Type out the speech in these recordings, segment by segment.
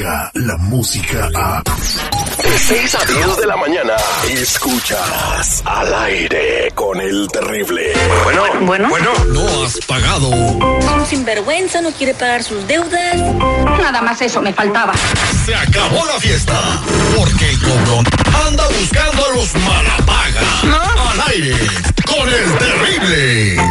Descarga la música a... De 6 a 10 de la mañana. Escuchas Al Aire con el Terrible. Bueno. No has pagado. Un sinvergüenza, no quiere pagar sus deudas. Nada más eso me faltaba. Se acabó la fiesta. Porque el cobrón anda buscando a los malapagas. ¿No? Al Aire con el Terrible.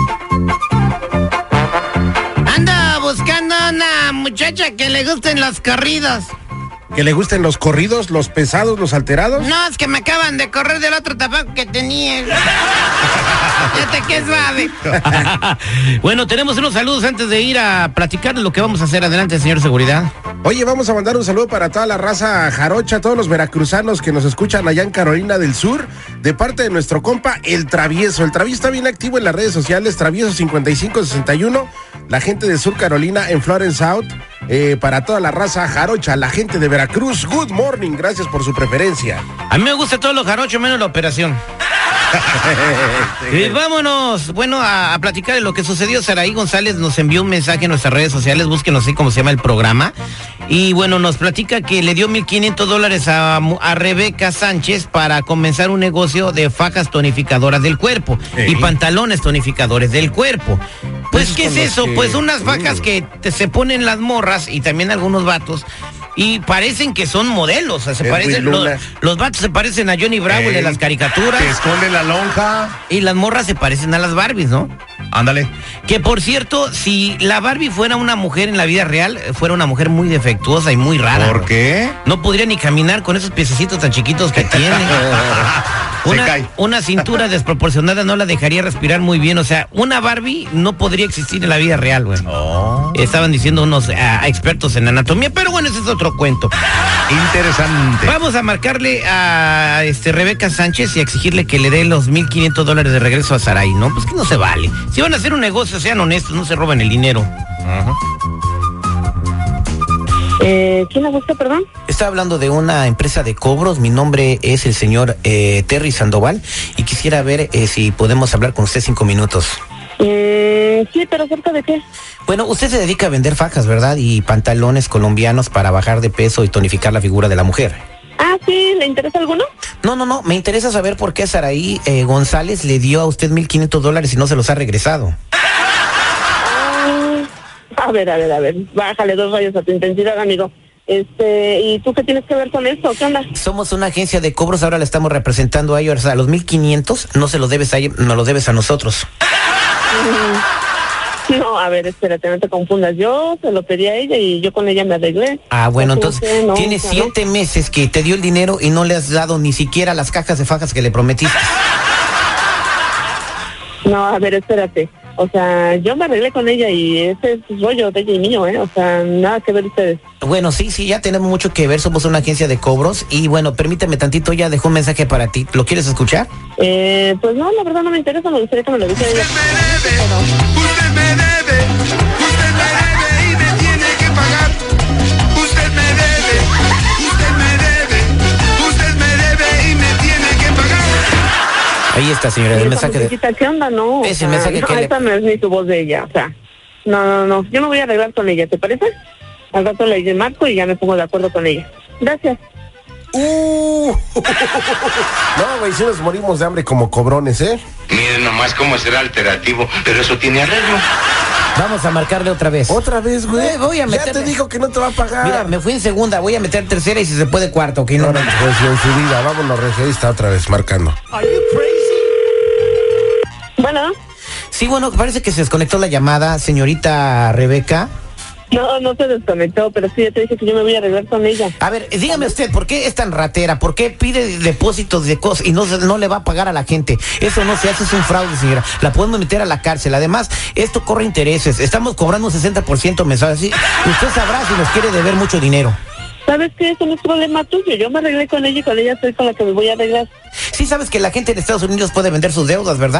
Anda buscando a una muchacha que le gusten las corridas. ¿Que le gusten los corridos, los pesados, los alterados? No, es que me acaban de correr del otro tabaco que tenía. Fíjate qué suave. Bueno, tenemos unos saludos antes de ir a platicar de lo que vamos a hacer. Adelante, señor Seguridad. Oye, vamos a mandar un saludo para toda la raza jarocha, todos los veracruzanos que nos escuchan allá en Carolina del Sur, de parte de nuestro compa El Travieso. El Travieso está bien activo en las redes sociales, Travieso 5561, la gente de Sur Carolina en Florence South, para toda la raza jarocha, la gente de Veracruz, good morning, gracias por su preferencia. A mí me gusta todo lo jarocho, menos la operación. Y vámonos, bueno, a platicar de lo que sucedió. Saraí González nos envió un mensaje en nuestras redes sociales, búsquenos así como se llama el programa. Y bueno, nos platica que le dio $1,500 a Rebeca Sánchez para comenzar un negocio de fajas tonificadoras del cuerpo y pantalones tonificadores del cuerpo. Pues, ¿qué es eso? Pues unas fajas que se ponen las morras y también algunos vatos. Y parecen que son modelos, o sea, se parecen, los vatos se parecen a Johnny Bravo de las caricaturas. Que esconde la lonja. Y las morras se parecen a las Barbies, ¿no? Ándale. Que por cierto, si la Barbie fuera una mujer en la vida real, fuera una mujer muy defectuosa y muy rara. ¿Por qué? No podría ni caminar con esos piececitos tan chiquitos que tiene. Una cintura desproporcionada no la dejaría respirar muy bien. O sea, una Barbie no podría existir en la vida real, güey. Oh. Estaban diciendo unos expertos en anatomía, pero bueno, ese es otro cuento. Interesante. Vamos a marcarle a Rebeca Sánchez y a exigirle que le dé los $1,500 de regreso a Saraí, ¿no? Pues que no se vale. Si van a hacer un negocio, sean honestos, no se roben el dinero. ¿Quién la busca, perdón? Está hablando de una empresa de cobros. Mi nombre es el señor Terry Sandoval y quisiera ver si podemos hablar con usted 5 minutos. Sí, pero ¿acerca de qué? Bueno, usted se dedica a vender fajas, ¿verdad? Y pantalones colombianos para bajar de peso y tonificar la figura de la mujer. Ah, sí, ¿le interesa alguno? No, me interesa saber por qué Saraí González le dio a usted $1,500 y no se los ha regresado. A ver, bájale 2 rayos a tu intensidad, amigo. ¿Y tú qué tienes que ver con esto? ¿Qué onda? Somos una agencia de cobros, ahora le estamos representando a ellos. O sea, los $1,500 no se los debes a ellos, nos los debes a nosotros. No, a ver, espérate, no te confundas. Yo se lo pedí a ella y yo con ella me arreglé. Ah, bueno, entonces no, tiene 7 meses que te dio el dinero y no le has dado ni siquiera las cajas de fajas que le prometiste. No, a ver, espérate. O sea, yo me arreglé con ella y ese es rollo de ella y mío, O sea, nada que ver ustedes. Bueno, sí, ya tenemos mucho que ver, somos una agencia de cobros y bueno, permíteme tantito, ya dejó un mensaje para ti. ¿Lo quieres escuchar? Pues no, la verdad no me interesa, me gustaría que me lo dijera ella. Usted me debe y me tiene que pagar. Usted me debe y me tiene que pagar. Ahí está, señora, el mensaje de... ¿Qué onda? No. Es el mensaje que esa no es ni tu voz de ella, o sea, no. Yo me voy a arreglar con ella, ¿te parece? Al rato le marco y ya me pongo de acuerdo con ella. Gracias. No, güey, si nos morimos de hambre como cobrones, ¿eh? Miren nomás cómo será alternativo, pero eso tiene arreglo. Vamos a marcarle otra vez. ¿Otra vez, güey? Voy a meterle. Ya te dijo que no te va a pagar. Mira, me fui en segunda, voy a meter tercera y si se puede cuarta, ¿ok? No, pues en su vida, vámonos, registrista otra vez, marcando. Bueno. Sí, bueno, parece que se desconectó la llamada, señorita Rebeca. No se desconectó, pero sí, ya te dije que yo me voy a arreglar con ella. A ver, dígame usted, ¿por qué es tan ratera? ¿Por qué pide depósitos de cosas y no le va a pagar a la gente? Eso no se hace, es un fraude, señora. La podemos meter a la cárcel. Además, esto corre intereses. Estamos cobrando un 60% mensual. Así, usted sabrá si nos quiere deber mucho dinero. ¿Sabes qué? Eso no es problema tuyo. Yo me arreglé con ella y con ella estoy con la que me voy a arreglar. Sí, sabes que la gente en Estados Unidos puede vender sus deudas, ¿verdad?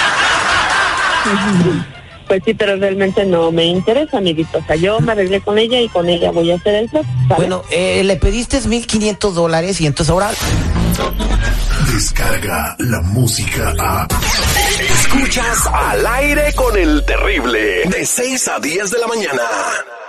Pues sí, pero realmente no me interesa, amiguito. O sea, yo me arreglé con ella y con ella voy a hacer el trato, ¿sabes? Bueno, le pediste $1,500 y entonces ahora... Descarga la música a... Escuchas Al Aire con el Terrible, de 6 a 10 de la mañana.